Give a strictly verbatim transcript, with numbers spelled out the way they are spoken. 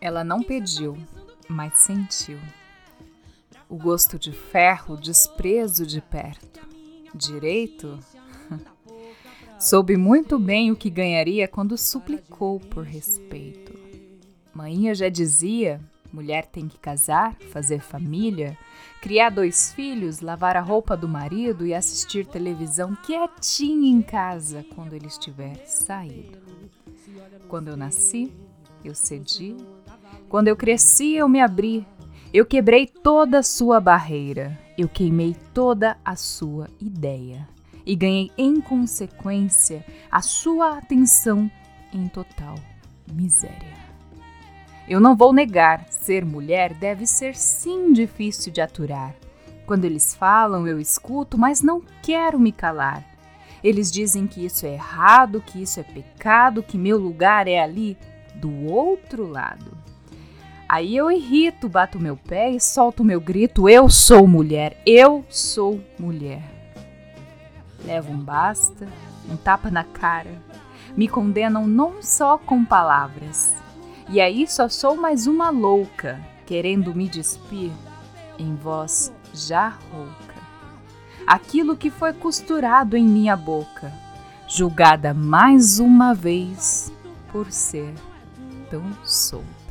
Ela não pediu, mas sentiu. O gosto de ferro, desprezo de perto. Direito? Soube muito bem o que ganharia quando suplicou por respeito. Mainha já dizia, mulher tem que casar, fazer família, criar dois filhos, lavar a roupa do marido e assistir televisão quietinha em casa quando ele estiver saído. Quando eu nasci, eu cedi. Quando eu cresci, eu me abri. Eu quebrei toda a sua barreira. Eu queimei toda a sua ideia. E ganhei, em consequência, a sua atenção em total miséria. Eu não vou negar, ser mulher deve ser sim difícil de aturar. Quando eles falam, eu escuto, mas não quero me calar. Eles dizem que isso é errado, que isso é pecado, que meu lugar é ali, do outro lado. Aí eu irrito, bato meu pé e solto meu grito, eu sou mulher, eu sou mulher. Levo um basta, um tapa na cara, me condenam não só com palavras. E aí só sou mais uma louca, querendo me despir em voz já rouca. Aquilo que foi costurado em minha boca, julgada mais uma vez por ser tão solta.